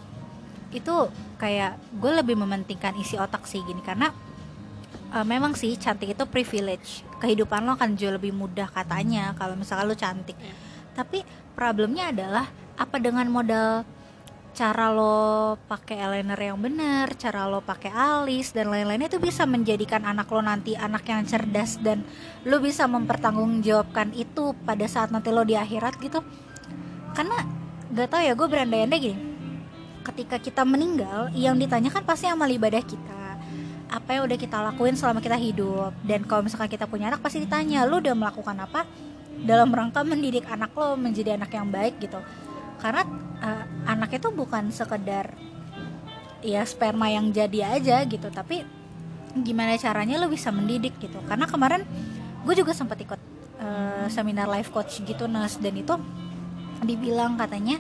Itu kayak gue lebih mementingkan isi otak sih gini, karena uh, memang sih cantik itu privilege, kehidupan lo akan jauh lebih mudah katanya kalau misalkan lo cantik. Iya. Tapi problemnya adalah apa dengan modal cara lo pakai eyeliner yang benar, cara lo pakai alis dan lain-lain, itu bisa menjadikan anak lo nanti anak yang cerdas, dan lo bisa mempertanggungjawabkan itu pada saat nanti lo di akhirat gitu. Karena gak tau ya, gue berandai-andai gini, ketika kita meninggal yang ditanyakan pasti amal ibadah kita, apa yang udah kita lakuin selama kita hidup. Dan kalau misalkan kita punya anak pasti ditanya, lo udah melakukan apa dalam rangka mendidik anak lo menjadi anak yang baik gitu. Karena uh, anak itu bukan sekedar ya sperma yang jadi aja gitu, tapi gimana caranya lo bisa mendidik gitu. Karena kemarin gue juga sempat ikut uh, seminar life coach gitu Nas, dan itu dibilang katanya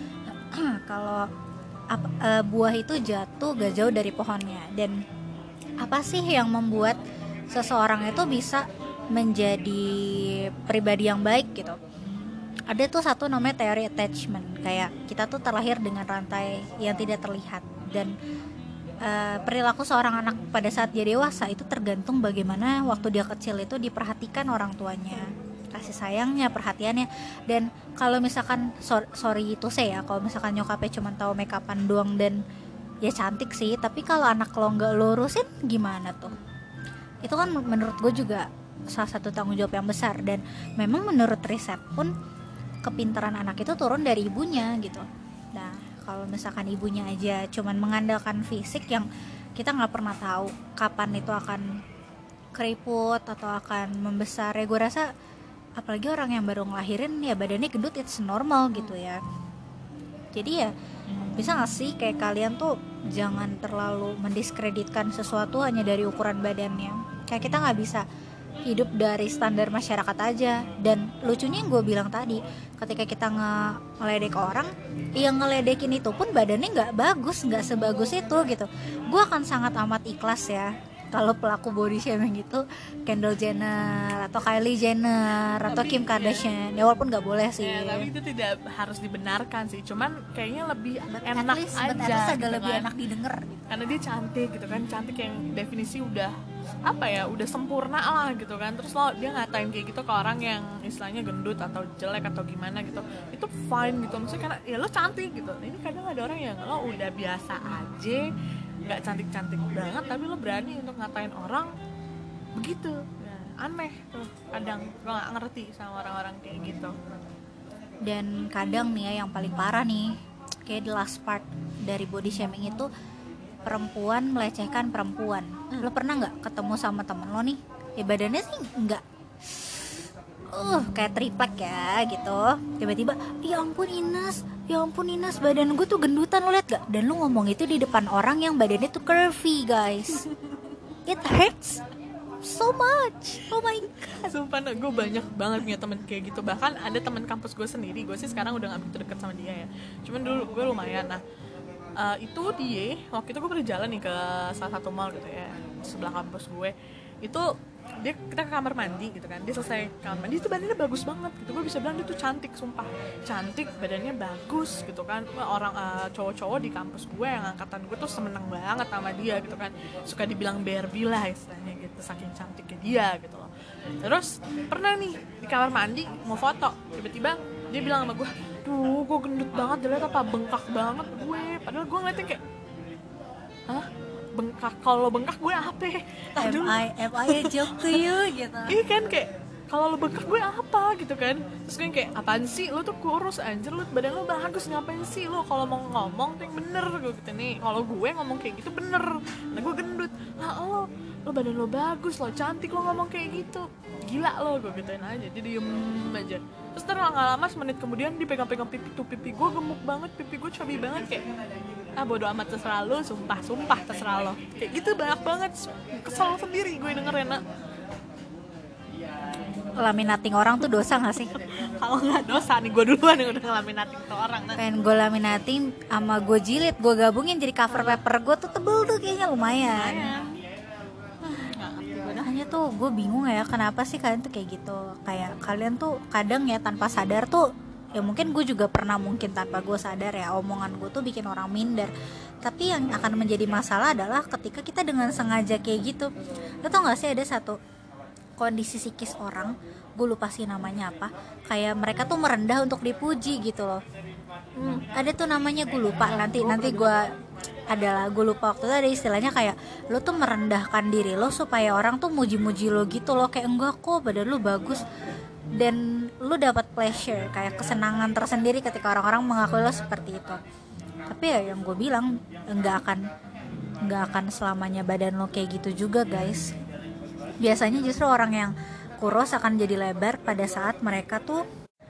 kalau ap- uh, buah itu jatuh gak jauh dari pohonnya. Dan apa sih yang membuat seseorang itu bisa menjadi pribadi yang baik gitu? Ada tuh satu namanya teori attachment, kayak kita tuh terlahir dengan rantai yang tidak terlihat, dan uh, perilaku seorang anak pada saat dia dewasa itu tergantung bagaimana waktu dia kecil itu diperhatikan orang tuanya, kasih sayangnya, perhatiannya. Dan kalau misalkan so- sorry itu saya ya, kalau misalkan nyokapnya cuma tahu make upan doang dan ya cantik sih, tapi kalau anak lo nggak lurusin gimana tuh? Itu kan menurut gue juga salah satu tanggung jawab yang besar. Dan memang menurut riset pun kepintaran anak itu turun dari ibunya gitu. Nah kalau misalkan ibunya aja cuman mengandalkan fisik yang kita nggak pernah tahu kapan itu akan keriput atau akan membesar, ya gue rasa apalagi orang yang baru ngelahirin ya badannya gendut, it's normal gitu ya. Jadi ya bisa gak sih kayak kalian tuh jangan terlalu mendiskreditkan sesuatu hanya dari ukuran badannya. Kayak kita gak bisa hidup dari standar masyarakat aja. Dan lucunya yang gue bilang tadi, ketika kita nge- ngeledek orang, yang ngeledekin itu pun badannya gak bagus, gak sebagus itu gitu. Gue akan sangat amat ikhlas ya kalau pelaku body shaming itu Kendall Jenner atau Kylie Jenner atau Tapi, Kim Kardashian ya, ya walaupun nggak boleh sih ya, tapi itu tidak harus dibenarkan sih, cuman kayaknya lebih but enak at least, aja but at least agak gitu lebih kan. enak didengar gitu. Karena dia cantik gitu kan, cantik yang definisi udah apa ya, udah sempurna lah gitu kan. Terus lo dia ngatain kayak gitu ke orang yang istilahnya gendut atau jelek atau gimana gitu, itu fine gitu, maksudnya karena ya lo cantik gitu. Nah, ini kadang ada orang yang lo udah biasa aja, nggak cantik-cantik banget, tapi lo berani untuk ngatain orang begitu. Nah, aneh tuh kadang, gue nggak ngerti sama orang-orang kayak gitu. Dan kadang nih ya yang paling parah nih, kayak the last part dari body shaming itu perempuan melecehkan perempuan. hmm. Lo pernah nggak ketemu sama temen lo nih, ya badannya sih nggak uh kayak triplek ya gitu, tiba-tiba ya ampun Ines, ya ampun Ines badan gue tuh gendutan, lo liat gak? Dan lo ngomong itu di depan orang yang badannya tuh curvy guys. It hurts so much, oh my god. Sumpah, gue banyak banget punya temen kayak gitu. Bahkan ada temen kampus gue sendiri, gue sih sekarang udah gak begitu deket sama dia ya, cuman dulu gue lumayan. Nah uh, itu dia, waktu itu gue pernah jalan nih ke salah satu mall gitu ya, sebelah kampus gue. Itu dia, kita ke kamar mandi gitu kan, dia selesai kamar mandi itu badannya bagus banget gitu. Gue bisa bilang dia tuh cantik, sumpah cantik, badannya bagus gitu kan. Orang uh, cowok-cowok di kampus gue yang angkatan gue tuh semenang banget sama dia gitu kan, suka dibilang Barbie lah istilahnya gitu, saking cantiknya dia gitu loh. Terus pernah nih di kamar mandi mau foto, tiba-tiba dia bilang sama gue, duh gue gendut banget, dia liat apa bengkak banget gue. Padahal gue ngeliatnya kayak, hah? Bengkak, kalau bengkak gue apa? Am I, am I a joke to you gitu. Iya kan, kayak kalau lo bengkak gue apa gitu kan. Terus gue kayak, apaan sih, lo tuh kurus anjir, lo badan lo bagus, ngapain sih lo kalau mau ngomong tuh yang bener. Gue gitu nih, kalau gue ngomong kayak gitu bener, nah gue gendut. Lah lo, lo badan lo bagus, lo cantik, lo ngomong kayak gitu, gila lo, gue gituin aja. Dia diem aja. Terus terus gak lama semenit kemudian dia pegang-pegang pipi tuh, pipi gue gemuk banget, pipi gue chubby banget. Kayak, ah bodo amat, terserah lo, sumpah, sumpah terserah lo. Kayak gitu banyak banget, kesel sendiri gue dengerin. Nak, laminating orang tuh dosa gak sih? kalau nggak dosa nih, gue duluan yang udah ngelaminating ke orang. Nah, Pengen gue laminating sama gue jilid, gue gabungin jadi cover paper gue tuh tebel tuh kayaknya lumayan. Hanya tuh gue bingung ya, kenapa sih kalian tuh kayak gitu. Kayak kalian tuh kadang ya tanpa sadar tuh, ya mungkin gue juga pernah mungkin tanpa gue sadar ya, omongan gue tuh bikin orang minder. Tapi yang akan menjadi masalah adalah ketika kita dengan sengaja kayak gitu. Lo tau gak sih ada satu kondisi psikis orang, gue lupa sih namanya apa, kayak mereka tuh merendah untuk dipuji gitu loh. hmm, Ada tuh namanya, gue lupa, nanti nanti gue adalah gue lupa waktu itu ada istilahnya kayak lo tuh merendahkan diri lo supaya orang tuh muji-muji lo gitu loh. Kayak enggak kok, badan lo bagus, dan lo dapat pleasure, kayak kesenangan tersendiri ketika orang-orang mengakui lo seperti itu. Tapi ya yang gue bilang, enggak akan enggak akan selamanya badan lo kayak gitu juga guys. Biasanya justru orang yang kurus akan jadi lebar pada saat mereka tuh,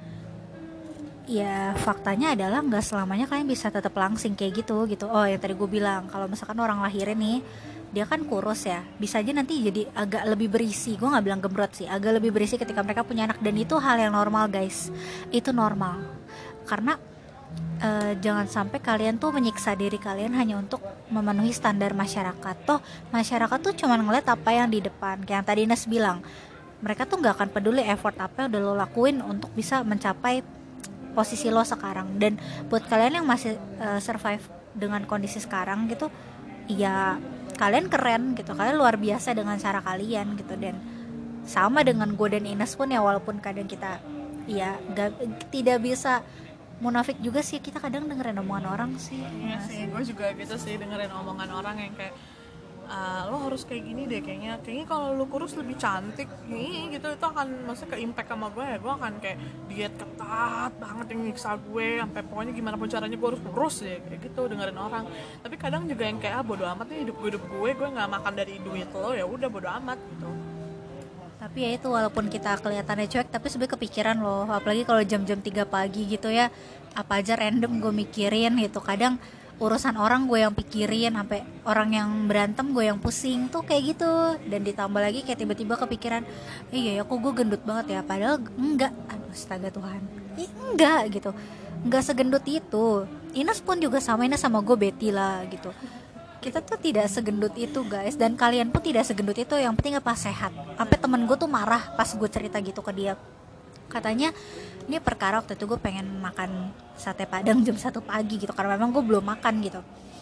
ya faktanya adalah nggak selamanya kalian bisa tetap langsing kayak gitu gitu. Oh yang tadi gue bilang, kalau misalkan orang lahirin nih dia kan kurus ya, bisa aja nanti jadi agak lebih berisi. Gue nggak bilang gembrot sih, agak lebih berisi ketika mereka punya anak, dan itu hal yang normal guys, itu normal. Karena uh, jangan sampai kalian tuh menyiksa diri kalian hanya untuk memenuhi standar masyarakat. Toh masyarakat tuh cuma ngeliat apa yang di depan, kayak yang tadi Ines bilang, mereka tuh nggak akan peduli effort apa yang udah lo lakuin untuk bisa mencapai posisi lo sekarang. Dan buat kalian yang masih uh, survive dengan kondisi sekarang gitu, ya kalian keren gitu, kalian luar biasa dengan cara kalian gitu. Dan sama dengan gue dan Ines pun ya, walaupun kadang kita ya gak, tidak bisa munafik juga sih, kita kadang dengerin omongan orang sih. Iya sih, gue juga gitu sih, dengerin omongan orang yang kayak Uh, lo harus kayak gini deh, kayaknya kayaknya kalau lo kurus lebih cantik nih gitu. Itu akan maksudnya ke impact sama gue ya, gue akan kayak diet ketat banget yang nyiksa gue sampai pokoknya gimana pun caranya gue harus kurus ya, kayak gitu dengerin orang. Tapi kadang juga yang kayak ah bodo amat nih hidup gue hidup gue gue nggak makan dari duit lo, ya udah bodo amat gitu. Tapi ya itu, walaupun kita kelihatannya cuek tapi sebenarnya kepikiran loh, apalagi kalau jam-jam tiga pagi gitu ya, apa aja random gue mikirin gitu. Kadang urusan orang gue yang pikirin, sampai orang yang berantem gue yang pusing tuh kayak gitu. Dan ditambah lagi kayak tiba-tiba kepikiran, iya ya kok gue gendut banget ya, padahal enggak. Aduh astaga Tuhan, Ih, enggak gitu, enggak segendut itu. Ines pun juga sama, Ines sama gue Betty lah gitu. Kita tuh tidak segendut itu guys, dan kalian pun tidak segendut itu. Yang penting apa, sehat. Sampai temen gue tuh marah pas gue cerita gitu ke dia, katanya ini perkara waktu itu gue pengen makan sate padang jam satu pagi gitu, karena memang gue belum makan gitu.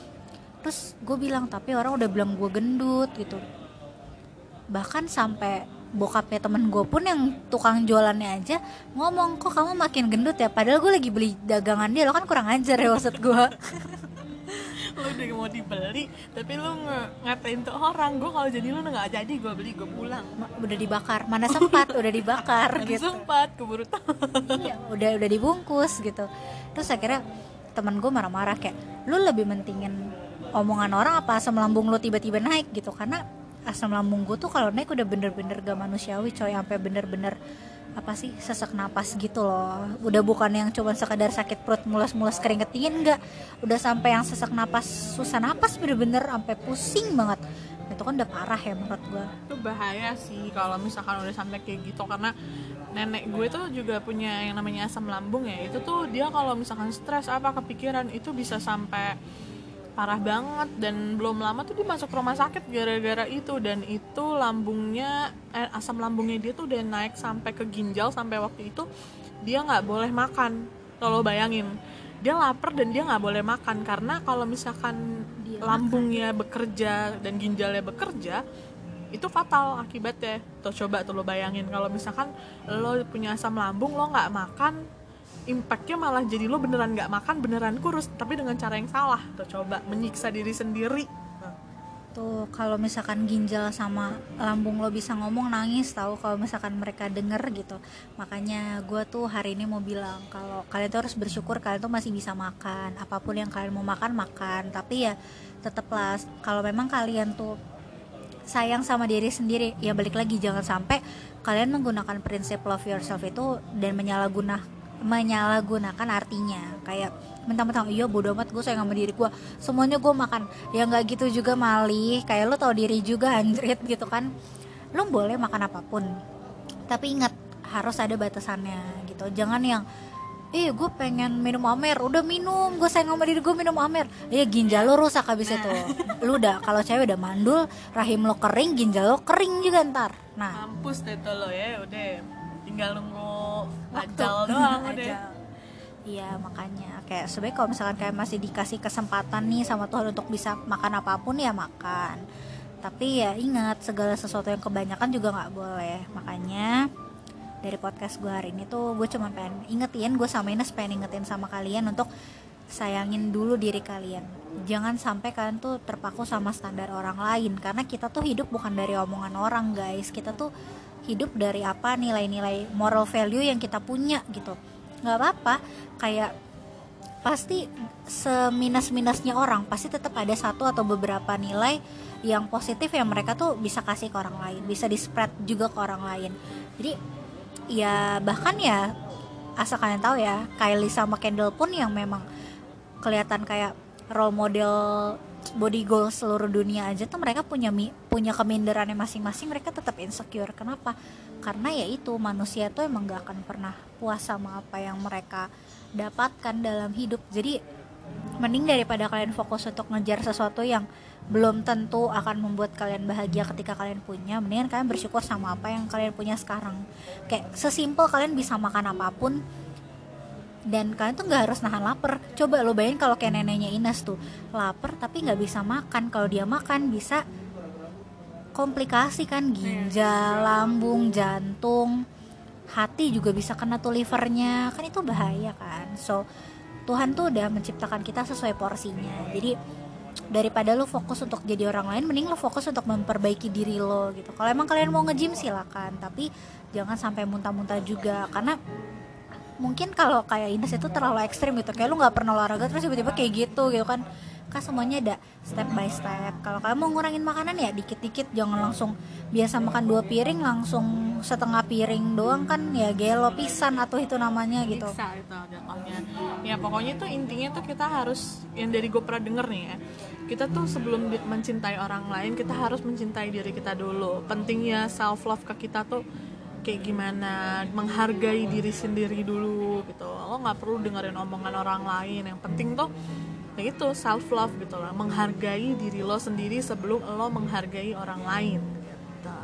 Terus gue bilang, tapi orang udah bilang gue gendut gitu. Bahkan sampai bokapnya temen gue pun yang tukang jualannya aja ngomong, kok kamu makin gendut ya, padahal gue lagi beli dagangan dia. Lo kan kurang ajar ya maksud gue. Lo udah mau dibeli tapi lo ng- ngatain tuh orang. Gue kalau jadi lo nggak jadi gue beli, gue pulang. Udah dibakar, mana sempat, udah dibakar gitu. gitu. Sempat keburu tahu. Iya, udah udah dibungkus gitu. Terus akhirnya teman gue marah-marah kayak, lu lebih mentingin omongan orang apa asam lambung lu tiba-tiba naik gitu. Karena asam lambung gue tuh kalau naik udah bener-bener gak manusiawi coy, sampai bener-bener apa sih, sesak napas gitu loh. Udah bukan yang cuma sekadar sakit perut mulas-mulas keringet dingin, enggak, udah sampai yang sesak napas, susah napas, bener-bener sampai pusing banget. Itu kan udah parah ya menurut gue. Itu bahaya sih kalau misalkan udah sampai kayak gitu, karena nenek gue tuh juga punya yang namanya asam lambung ya. Itu tuh dia kalau misalkan stres apa kepikiran itu bisa sampai parah banget, dan belum lama tuh dia masuk rumah sakit gara-gara itu. Dan itu lambungnya eh, asam lambungnya dia tuh udah naik sampai ke ginjal, sampai waktu itu dia nggak boleh makan. Kalau bayangin, dia lapar dan dia nggak boleh makan, karena kalau misalkan dia lambungnya makan, bekerja dan ginjalnya bekerja, itu fatal akibatnya. Tuh coba tuh lo bayangin, kalau misalkan lo punya asam lambung, lo nggak makan, impactnya malah jadi lo beneran nggak makan, beneran kurus, tapi dengan cara yang salah. Tuh coba, menyiksa diri sendiri. Tuh kalau misalkan ginjal sama lambung lo bisa ngomong, nangis tahu kalau misalkan mereka denger gitu. Makanya gue tuh hari ini mau bilang kalau kalian tuh harus bersyukur kalian tuh masih bisa makan, apapun yang kalian mau makan makan. Tapi ya tetaplah, kalau memang kalian tuh sayang sama diri sendiri, ya balik lagi, jangan sampai kalian menggunakan prinsip love yourself itu dan menyalahgunakan menyalahgunakan artinya. Kayak mentang-mentang iya bodo amat gue sayang sama diri gue, semuanya gue makan. Ya nggak gitu juga Mali, kayak lo tau diri juga anjrit gitu kan. Lo boleh makan apapun, tapi ingat harus ada batasannya gitu. Jangan yang eh gue pengen minum Amer, udah minum, gue sayang sama diri gue minum Amer, ya ginjal lo rusak habis itu. Lu udah, kalau cewek udah mandul, rahim lo kering, ginjal lo kering juga ntar. Nah mampus deh tuh lo ya, udah tinggal nunggu ajal doang udah. Iya makanya kayak sebenarnya kalau misalkan kayak masih dikasih kesempatan nih sama Tuhan untuk bisa makan apapun ya makan. Tapi ya ingat, segala sesuatu yang kebanyakan juga nggak boleh. Makanya dari podcast gue hari ini tuh gue cuma pengen ingetin, gue sama Ines pengen ingetin sama kalian untuk sayangin dulu diri kalian. Jangan sampai kalian tuh terpaku sama standar orang lain, karena kita tuh hidup bukan dari omongan orang guys. Kita tuh hidup dari apa, nilai-nilai moral value yang kita punya gitu. Nggak apa-apa, kayak pasti seminus-minusnya orang pasti tetap ada satu atau beberapa nilai yang positif yang mereka tuh bisa kasih ke orang lain, bisa di spread juga ke orang lain. Jadi ya bahkan ya asal kalian tahu ya, Kylie sama Kendall pun yang memang kelihatan kayak role model body goals seluruh dunia aja tuh mereka punya mi, punya keminderannya masing-masing, mereka tetap insecure. Kenapa? Karena ya itu, manusia tuh emang gak akan pernah puas sama apa yang mereka dapatkan dalam hidup. Jadi mending daripada kalian fokus untuk ngejar sesuatu yang belum tentu akan membuat kalian bahagia ketika kalian punya, mendingan kalian bersyukur sama apa yang kalian punya sekarang. Kayak sesimpel kalian bisa makan apapun dan kalian tuh nggak harus nahan lapar. Coba lo bayangin kalau kayak neneknya Ines tuh lapar tapi nggak bisa makan. Kalau dia makan bisa komplikasi kan, ginjal, lambung, jantung, hati juga bisa kena tuh livernya, kan itu bahaya kan. So Tuhan tuh udah menciptakan kita sesuai porsinya. Jadi daripada lo fokus untuk jadi orang lain, mending lo fokus untuk memperbaiki diri lo gitu. Kalau emang kalian mau nge-gym silakan, tapi jangan sampai muntah-muntah juga, karena mungkin kalau kayak Ines itu terlalu ekstrim gitu, kayak lu nggak pernah olahraga terus tiba-tiba kayak gitu gitu kan. Kan semuanya ada step by step. Kalau kalian mau ngurangin makanan ya dikit-dikit, jangan langsung biasa makan dua piring langsung setengah piring doang, kan ya gelo pisan atau itu namanya gitu. Bisa itu jatuhnya. Ya pokoknya tuh intinya tuh kita harus, yang dari gue pernah denger nih ya, kita tuh sebelum mencintai orang lain kita harus mencintai diri kita dulu. Pentingnya self love ke kita tuh kayak gimana, menghargai diri sendiri dulu gitu. Lo nggak perlu dengerin omongan orang lain, yang penting tuh ya itu self love gitu lah, menghargai diri lo sendiri sebelum lo menghargai orang lain gitu.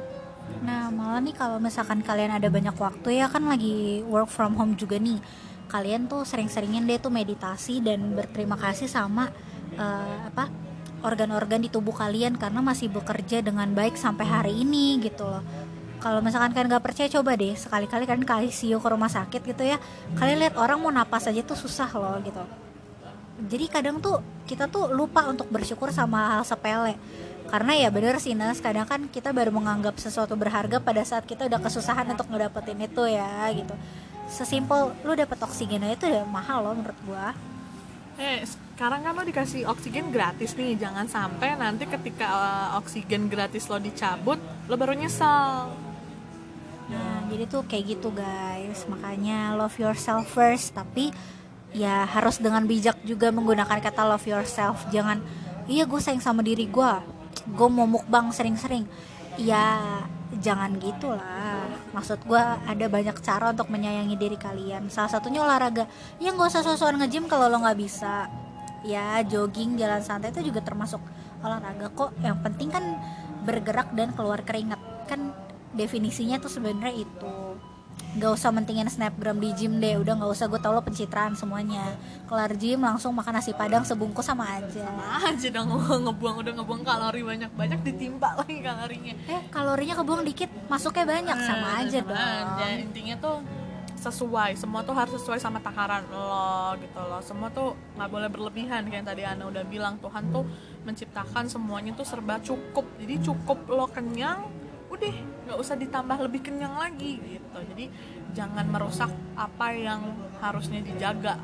Nah malah nih kalau misalkan kalian ada banyak waktu ya kan, lagi work from home juga nih, kalian tuh sering-seringin deh tuh meditasi dan berterima kasih sama uh, apa organ-organ di tubuh kalian karena masih bekerja dengan baik sampai hari ini gitu loh. Kalau misalkan kalian gak percaya, coba deh sekali-kali kalian ke I C U, ke rumah sakit gitu ya, kalian lihat orang mau napas aja tuh susah loh gitu. Jadi kadang tuh kita tuh lupa untuk bersyukur sama hal sepele. Karena ya bener sih Nas, kadang kan kita baru menganggap sesuatu berharga pada saat kita udah kesusahan untuk ngedapetin itu ya gitu. Sesimpel lu dapet oksigen aja itu udah mahal loh menurut gua. Eh sekarang kan lo dikasih oksigen gratis nih, jangan sampai nanti ketika uh, oksigen gratis lo dicabut lo baru nyesal. Nah jadi tuh kayak gitu guys, makanya love yourself first, tapi ya harus dengan bijak juga menggunakan kata love yourself. Jangan iya gue sayang sama diri gue, gue mau mukbang sering-sering, ya jangan gitulah. Maksud gue ada banyak cara untuk menyayangi diri kalian, salah satunya olahraga. Ya gak usah sosokan nge-gym kalau lo gak bisa, ya jogging, jalan santai itu juga termasuk olahraga kok. Yang penting kan bergerak dan keluar keringat, kan definisinya tuh sebenarnya itu. Gak usah mentingin snapgram di gym deh, udah gak usah, gue tau lo pencitraan semuanya. Kelar gym langsung makan nasi padang sebungkus sama aja. Sama aja dong, ngebuang udah ngebuang kalori banyak-banyak, ditimpa lagi kalorinya. Eh kalorinya kebuang dikit, masuknya banyak, sama hmm, aja sama dong aja. Intinya tuh sesuai, semua tuh harus sesuai sama takaran lo gitu loh. Semua tuh gak boleh berlebihan, kayak yang tadi Ana udah bilang, Tuhan tuh menciptakan semuanya tuh serba cukup. Jadi cukup lo kenyang, udah nggak usah ditambah lebih kenyang lagi gitu. Jadi jangan merusak apa yang harusnya dijaga.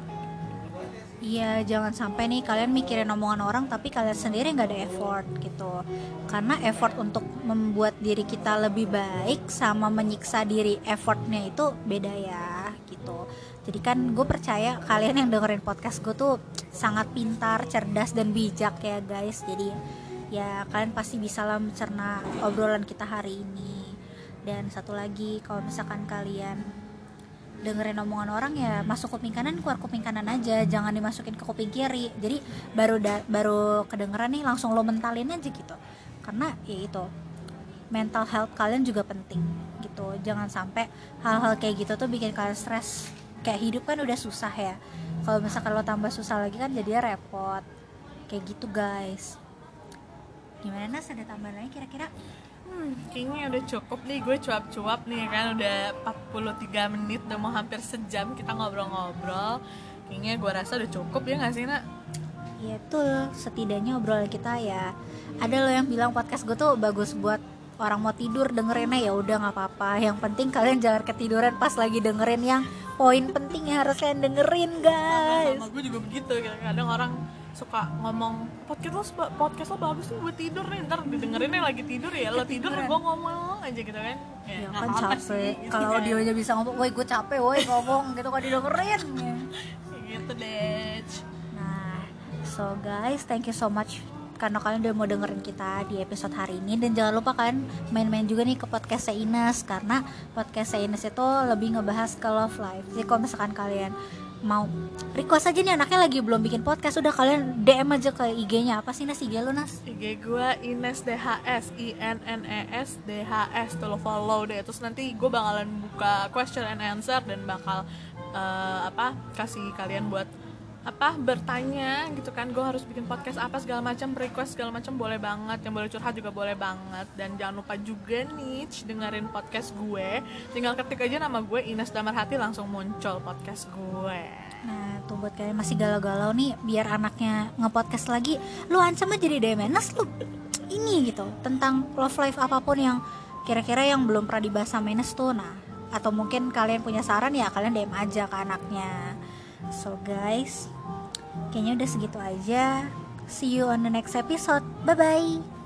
Iya, jangan sampai nih kalian mikirin omongan orang tapi kalian sendiri nggak ada effort gitu. Karena effort untuk membuat diri kita lebih baik sama menyiksa diri, effortnya itu beda ya gitu. Jadi kan gue percaya kalian yang dengerin podcast gue tuh sangat pintar, cerdas dan bijak ya guys. Jadi ya kalian pasti bisa lah mencerna obrolan kita hari ini. Dan satu lagi, kalau misalkan kalian dengerin omongan orang ya masuk kuping kanan, keluar kuping kanan aja, jangan dimasukin ke kuping kiri. Jadi baru da- baru kedengeran nih langsung lo mentalin aja gitu. Karena ya itu, mental health kalian juga penting gitu. Jangan sampai hal-hal kayak gitu tuh bikin kalian stres. Kayak hidup kan udah susah ya, kalau misalkan lo tambah susah lagi kan jadinya repot. Kayak gitu guys. Gimana Nas, ada tambahan lagi kira-kira? Hmm, kayaknya udah cukup nih, gue cuap-cuap nih kan, udah empat puluh tiga menit, udah mau hampir sejam kita ngobrol-ngobrol. Kayaknya gue rasa udah cukup ya gak sih Nak? Iya betul, setidaknya obrolan kita ya. Ada lo yang bilang podcast gue tuh bagus buat orang mau tidur dengerinnya, ya udah nggak apa-apa. Yang penting kalian jangan ketiduran pas lagi dengerin yang poin penting yang harus kalian dengerin guys. Sama gue juga begitu, kadang orang suka ngomong podcast lo podcast lo bagus nih buat tidur nih, ntar didengerinnya lagi tidur ya lo tidur gue ngomong aja gitu kan ya, ya kan apa-apa capek sih, gitu kalau kan. audionya bisa ngomong, woi gue capek woi ngomong gitu kan didengerin ya. Gitu deh. Nah, so guys, thank you so much karena kalian udah mau dengerin kita di episode hari ini. Dan jangan lupa kalian main-main juga nih ke podcastnya Ines, karena podcastnya Ines itu lebih ngebahas ke love life. Jadi kalau misalkan kalian mau request aja nih, anaknya lagi belum bikin podcast, udah kalian D M aja ke I G-nya. Apa sih Nas I G lu Nas? I G gue Ines D H S, I N N E S D H S, tuh lo follow deh. Terus nanti gue bakalan buka question and answer dan bakal uh, apa kasih kalian buat apa bertanya gitu kan, gue harus bikin podcast apa segala macam, request segala macam boleh banget, yang boleh curhat juga boleh banget. Dan jangan lupa juga nih dengerin podcast gue, tinggal ketik aja nama gue Ines Damar Hati, langsung muncul podcast gue. Nah tuh buat kalian masih galau-galau nih biar anaknya nge-podcast lagi, lu ancam aja di D M Nas lu ini gitu tentang love life apapun yang kira-kira yang belum pernah dibahas sama Ines tuh. Nah atau mungkin kalian punya saran ya kalian D M aja ke anaknya. So guys, kayaknya udah segitu aja. See you on the next episode. Bye bye.